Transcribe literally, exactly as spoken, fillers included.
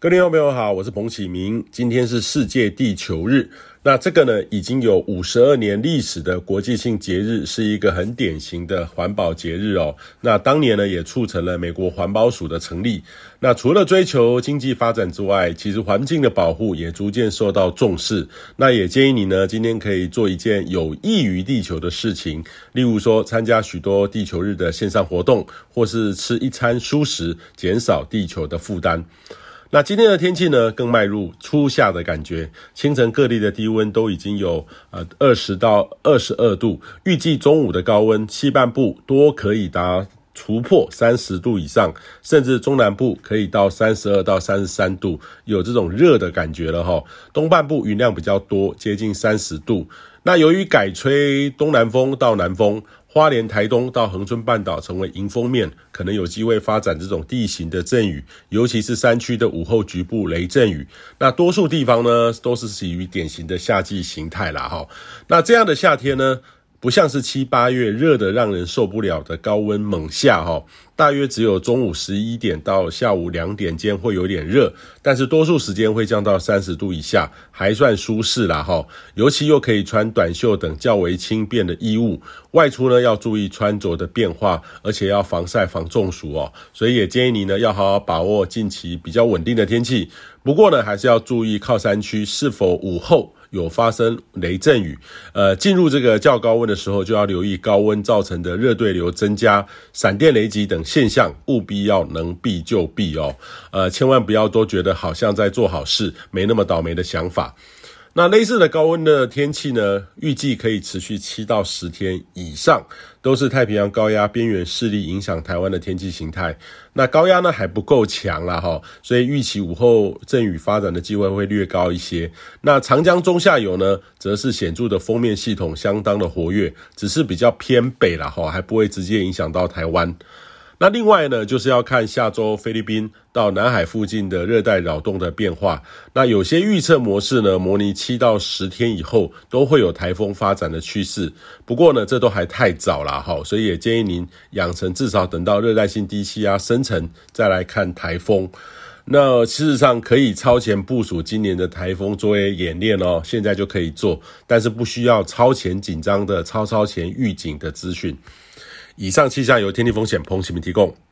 各位听众朋友好，我是彭启明，今天是世界地球日。那这个呢，已经有五十二年历史的国际性节日，是一个很典型的环保节日哦。那当年呢，也促成了美国环保署的成立。那除了追求经济发展之外，其实环境的保护也逐渐受到重视。那也建议你呢，今天可以做一件有益于地球的事情，例如说参加许多地球日的线上活动，或是吃一餐蔬食，减少地球的负担。那今天的天气呢，更迈入初夏的感觉，清晨各地的低温都已经有呃二十到二十二度，预计中午的高温西半部多可以达突破三十度以上，甚至中南部可以到三十二到三十三度，有这种热的感觉了齁。东半部云量比较多，接近三十度。那由于改吹东南风到南风，花莲、台东到恒春半岛成为迎风面，可能有机会发展这种地形的阵雨，尤其是山区的午后局部雷阵雨。那多数地方呢，都是属于典型的夏季形态啦齁。那这样的夏天呢，不像是七八月热得让人受不了的高温猛夏齁，大约只有中午十一点到下午两点间会有点热，但是多数时间会降到三十度以下，还算舒适啦齁。尤其又可以穿短袖等较为轻便的衣物，外出呢要注意穿着的变化，而且要防晒防中暑哦。所以也建议你呢要好好把握近期比较稳定的天气。不过呢，还是要注意靠山区是否午后有发生雷阵雨，呃，进入这个较高温的时候，就要留意高温造成的热对流增加、闪电雷击等现象，务必要能避就避哦。呃，千万不要都觉得好像在做好事，没那么倒霉的想法。那类似的高温的天气呢，预计可以持续七到十天以上，都是太平洋高压边缘势力影响台湾的天气形态。那高压呢还不够强啦齁，所以预期午后阵雨发展的机会会略高一些。那长江中下游呢，则是显著的锋面系统相当的活跃，只是比较偏北啦齁，还不会直接影响到台湾。那另外呢，就是要看下周菲律宾到南海附近的热带扰动的变化。那有些预测模式呢，模拟七到十天以后都会有台风发展的趋势。不过呢，这都还太早啦齁，所以也建议您养成至少等到热带性低气压生成再来看台风。那事实上可以超前部署今年的台风作为演练哦，现在就可以做，但是不需要超前紧张的超超前预警的资讯。以上气象由天气风险彭启明提供。